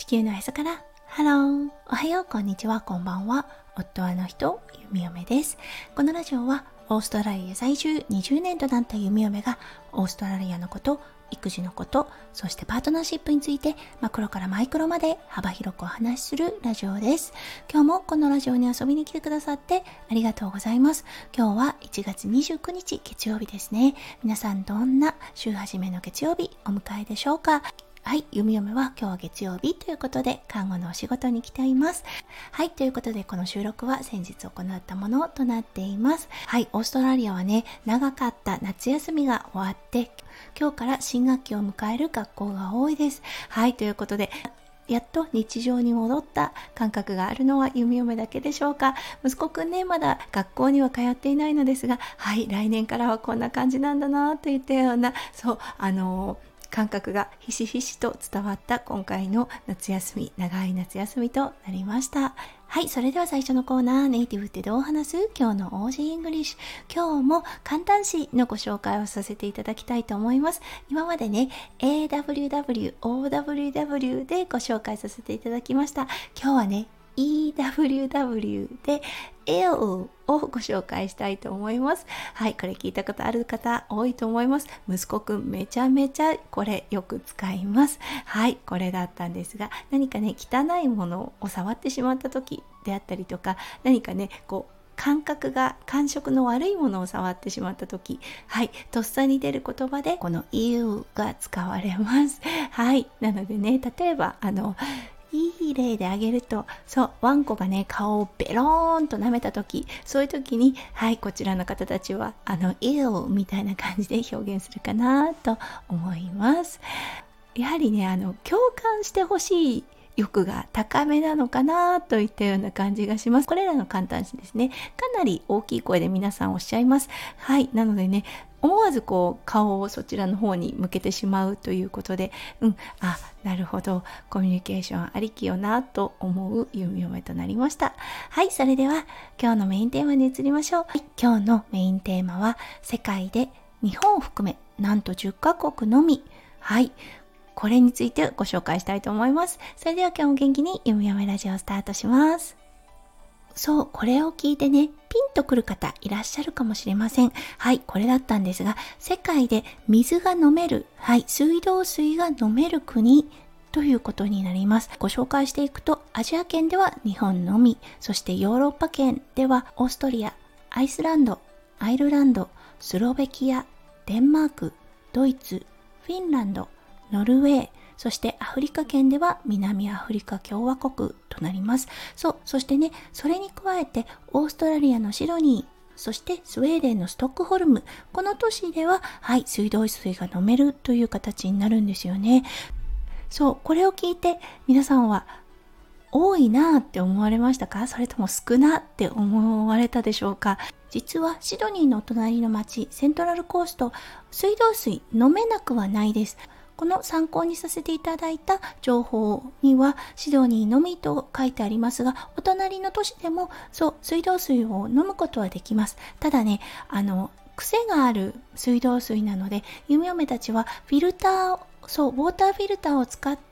球のへそからハロー、おはよう、こんにちは、こんばんは。夫はの人、ゆみおめです。このラジオはオーストラリア在住20年となったゆみおめがオーストラリアのこと、育児のこと、そしてパートナーシップについてマクロからマイクロまで幅広くお話しするラジオです。今日もこのラジオに遊びに来てくださってありがとうございます。今日は1月29日月曜日ですね。皆さんどんな週始めの月曜日お迎えでしょうか。はい、ゆみよめは今日は月曜日ということで看護のお仕事に来ています。はい、ということでこの収録は先日行ったものとなっています。はい、オーストラリアはね、長かった夏休みが終わって今日から新学期を迎える学校が多いです。はい、ということでやっと日常に戻った感覚があるのはゆみよめだけでしょうか。息子くんね、まだ学校には通っていないのですが、はい、来年からはこんな感じなんだなといったような、感覚がひしひしと伝わった今回の夏休み、長い夏休みとなりました。はい、それでは最初のコーナー、ネイティブってどう話す？今日の OG イングリッシュ。今日も簡単詞のご紹介をさせていただきたいと思います。今までね、AWW、OWW でご紹介させていただきました。今日はね、EWW で L をご紹介したいと思います。はい、これ聞いたことある方多いと思います。息子くんめちゃめちゃこれよく使います。はい、これだったんですが、何かね、汚いものを触ってしまった時であったりとか、何かね、感触の悪いものを触ってしまった時、はい、とっさに出る言葉でこの You が使われます。はい、なのでね、例えばいい例で挙げると、ワンコがね、顔をベローンと舐めた時、そういう時に、はい、こちらの方たちはYou みたいな感じで表現するかなと思います。やはりね、共感してほしい欲が高めなのかなといったような感じがします。これらの簡単詞ですね、かなり大きい声で皆さんおっしゃいます。はい、なのでね、思わず顔をそちらの方に向けてしまうということで、なるほど、コミュニケーションありきよなと思うゆみよめとなりました。はい、それでは今日のメインテーマに移りましょう。はい、今日のメインテーマは世界で日本を含めなんと10カ国のみ。はい、これについてご紹介したいと思います。それでは今日も元気にゆみよめラジオをスタートします。これを聞いてね、ピンとくる方いらっしゃるかもしれません。はい、これだったんですが、世界で水が飲める、はい、水道水が飲める国ということになります。ご紹介していくと、アジア圏では日本のみ、そしてヨーロッパ圏ではオーストリア、アイスランド、アイルランド、スロベキア、デンマーク、ドイツ、フィンランド、ノルウェー、そしてアフリカ圏では南アフリカ共和国となります。そしてね、それに加えてオーストラリアのシドニー、そしてスウェーデンのストックホルム、この都市では、はい、水道水が飲めるという形になるんですよね。これを聞いて皆さんは多いなって思われましたか？それとも少なって思われたでしょうか？実はシドニーのお隣の町、セントラルコースト、水道水飲めなくはないです。この参考にさせていただいた情報にはシドニーのみと書いてありますが、お隣の都市でも水道水を飲むことはできます。ただね、癖がある水道水なので、ゆみおめたちはフィルター、ウォーターフィルターを使って、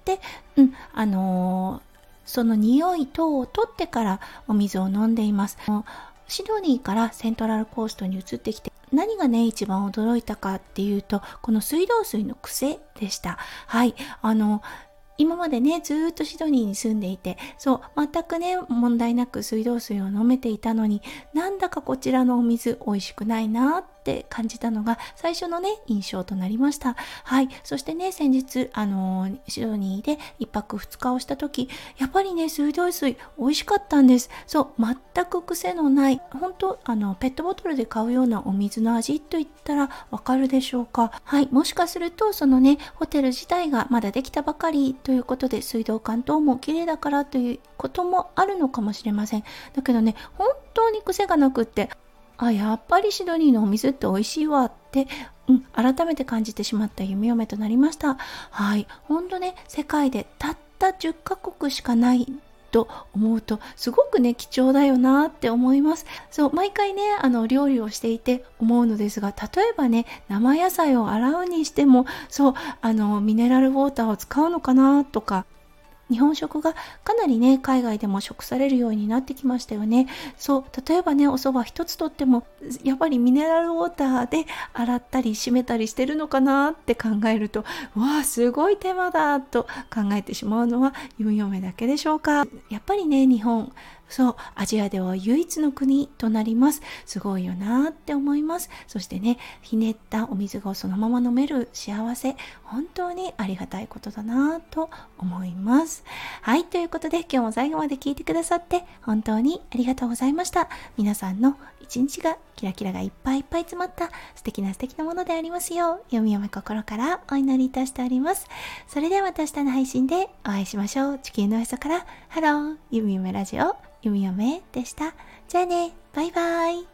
その匂い等を取ってからお水を飲んでいます。シドニーからセントラルコーストに移ってきて、何がね一番驚いたかっていうと、この水道水の癖でした。はい、今までねずっとシドニーに住んでいて、全くね問題なく水道水を飲めていたのに、なんだかこちらのお水美味しくないなって感じたのが最初のね印象となりました。はい、そしてね先日シドニーで1泊2日をした時、やっぱりね水道水美味しかったんです。全く癖のない、本当ペットボトルで買うようなお水の味と言ったらわかるでしょうか。はい、もしかするとそのねホテル自体がまだできたばかりということで、水道管等も綺麗だからということもあるのかもしれません。だけどね、本当に癖がなくって、やっぱりシドニーのお水って美味しいわって、改めて感じてしまったゆみおめとなりました。はい、本当ね、世界でたった10カ国しかないと思うとすごくね貴重だよなって思います。毎回ね料理をしていて思うのですが、例えばね生野菜を洗うにしてもミネラルウォーターを使うのかなとか、 日本食がかなりね海外でも食されるようになってきましたよね。そう例えばねお蕎麦一つとってもやっぱりミネラルウォーターで洗ったり締めたりしてるのかなって考えると、わあすごい手間だと考えてしまうのは弓嫁だけでしょうか。やっぱりね日本そうアジアでは唯一の国となります。すごいよなって思います。そしてねひねったお水がそのまま飲める幸せ、本当にありがたいことだなと思います。はい、ということで今日も最後まで聞いてくださって本当にありがとうございました。皆さんの一日がキラキラがいっぱいいっぱい詰まった素敵なものでありますよう、弓嫁心からお祈りいたしております。それではまた明日の配信でお会いしましょう。地球のおへそからハロー、弓嫁ラジオ、弓嫁でした。じゃあね、バイバイ。